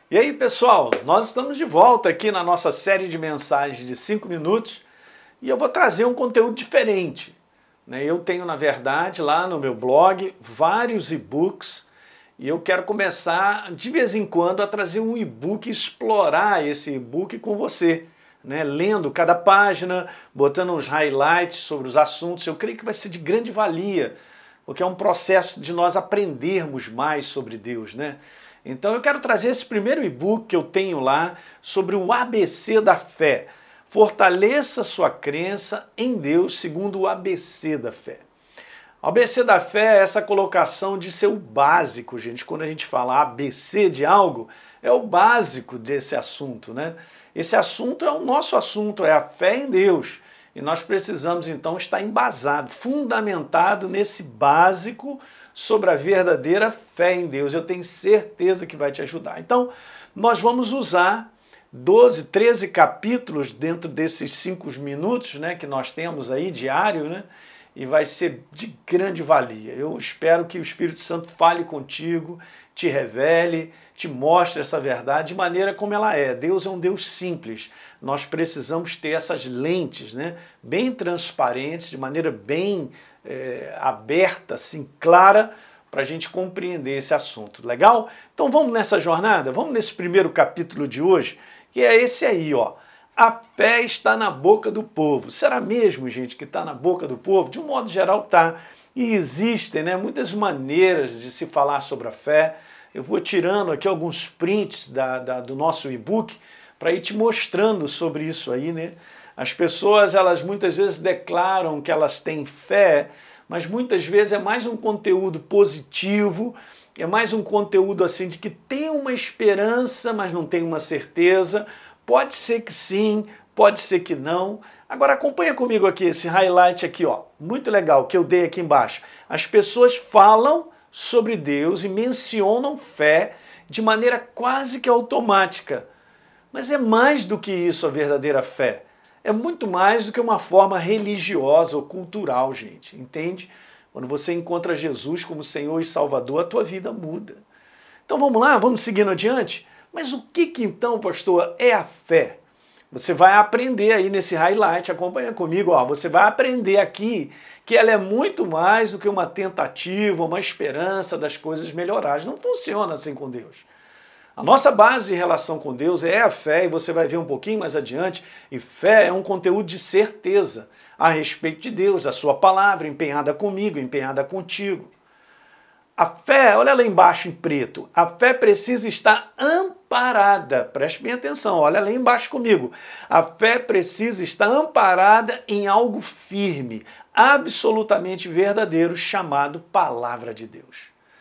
E aí, pessoal, nós estamos de volta aqui na nossa série de mensagens de 5 minutos e eu vou trazer um conteúdo diferente. Eu tenho, na verdade, lá no meu blog vários e-books e eu quero começar de vez em quando a trazer um e-book, explorar esse e-book com você, lendo cada página, botando uns highlights sobre os assuntos. Eu creio que vai ser de grande valia, porque é um processo de nós aprendermos mais sobre Deus, Então eu quero trazer esse primeiro e-book que eu tenho lá sobre o ABC da fé. Fortaleça sua crença em Deus segundo o ABC da fé. O ABC da fé é essa colocação de ser o básico, gente. Quando a gente fala ABC de algo, é o básico desse assunto, Esse assunto é o nosso assunto, é a fé em Deus. E nós precisamos então estar embasado, fundamentado nesse básico sobre a verdadeira fé em Deus. Eu tenho certeza que vai te ajudar. Então, nós vamos usar 12, 13 capítulos dentro desses 5 minutos que nós temos aí, diário, e vai ser de grande valia. Eu espero que o Espírito Santo fale contigo, te revele, te mostre essa verdade de maneira como ela é. Deus é um Deus simples. Nós precisamos ter essas lentes, bem transparentes, de maneira bem aberta, assim, clara, para a gente compreender esse assunto. Legal? Então vamos nessa jornada? Vamos nesse primeiro capítulo de hoje, que é esse aí, ó. A fé está na boca do povo. Será mesmo, gente, que está na boca do povo? De um modo geral, está. E existem muitas maneiras de se falar sobre a fé. Eu vou tirando aqui alguns prints do nosso e-book para ir te mostrando sobre isso aí, As pessoas, elas muitas vezes declaram que elas têm fé, mas muitas vezes é mais um conteúdo positivo, é mais um conteúdo assim de que tem uma esperança, mas não tem uma certeza. Pode ser que sim, pode ser que não. Agora acompanha comigo aqui esse highlight aqui, ó, muito legal, que eu dei aqui embaixo. As pessoas falam sobre Deus e mencionam fé de maneira quase que automática. Mas é mais do que isso a verdadeira fé. É muito mais do que uma forma religiosa ou cultural, gente, entende? Quando você encontra Jesus como Senhor e Salvador, a tua vida muda. Então vamos lá, vamos seguindo adiante? Mas o que então, pastor, é a fé? Você vai aprender aí nesse highlight, acompanha comigo, ó, você vai aprender aqui que ela é muito mais do que uma tentativa, uma esperança das coisas melhorarem. Não funciona assim com Deus. A nossa base de relação com Deus é a fé, e você vai ver um pouquinho mais adiante, e fé é um conteúdo de certeza a respeito de Deus, da sua palavra, empenhada comigo, empenhada contigo. A fé, olha lá embaixo em preto, a fé precisa estar amparada, preste bem atenção, olha lá embaixo comigo. A fé precisa estar amparada em algo firme, absolutamente verdadeiro, chamado Palavra de Deus.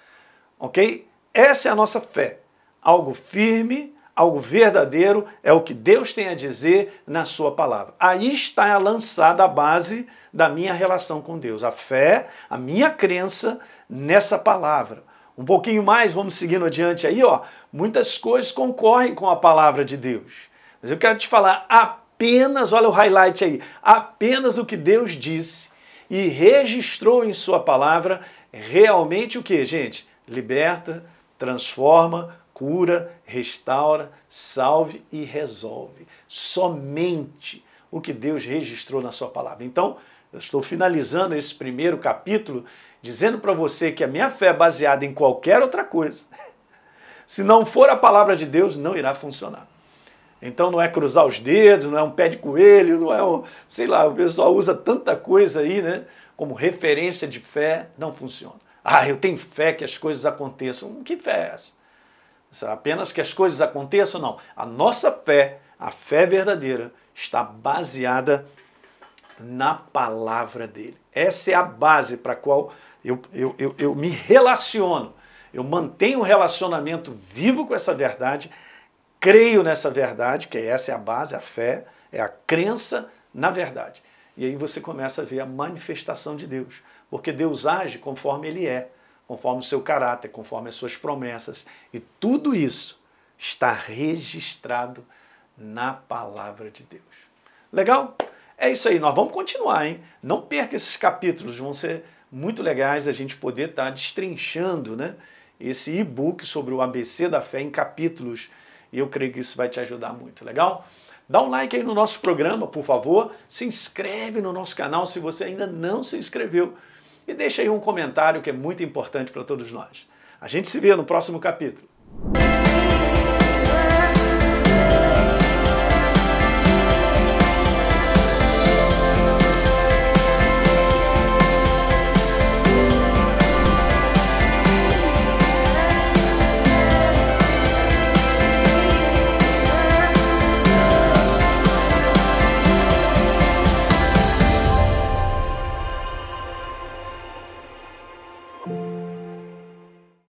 Ok? Essa é a nossa fé. Algo firme, algo verdadeiro, é o que Deus tem a dizer na sua palavra. Aí está lançada a base da minha relação com Deus. A fé, a minha crença nessa palavra. Um pouquinho mais, vamos seguindo adiante aí, ó. Muitas coisas concorrem com a palavra de Deus. Mas eu quero te falar apenas, olha o highlight aí, apenas o que Deus disse e registrou em sua palavra realmente o que, gente? Liberta, transforma, cura, restaura, salve e resolve. Somente o que Deus registrou na sua palavra. Então, eu estou finalizando esse primeiro capítulo dizendo para você que a minha fé é baseada em qualquer outra coisa. Se não for a palavra de Deus, não irá funcionar. Então não é cruzar os dedos, não é um pé de coelho, não é sei lá, o pessoal usa tanta coisa aí, como referência de fé, não funciona. Ah, eu tenho fé que as coisas aconteçam. Que fé é essa? Apenas que as coisas aconteçam? Não. A nossa fé, a fé verdadeira, está baseada na palavra dele. Essa é a base para a qual eu me relaciono. Eu mantenho um relacionamento vivo com essa verdade, creio nessa verdade, que essa é a base, a fé, é a crença na verdade. E aí você começa a ver a manifestação de Deus, porque Deus age conforme ele é, conforme o seu caráter, conforme as suas promessas. E tudo isso está registrado na palavra de Deus. Legal? É isso aí, nós vamos continuar, hein? Não perca esses capítulos, vão ser muito legais da gente poder estar destrinchando esse e-book sobre o ABC da fé em capítulos e eu creio que isso vai te ajudar muito, legal? Dá um like aí no nosso programa, por favor, se inscreve no nosso canal se você ainda não se inscreveu e deixa aí um comentário que é muito importante para todos nós. A gente se vê no próximo capítulo.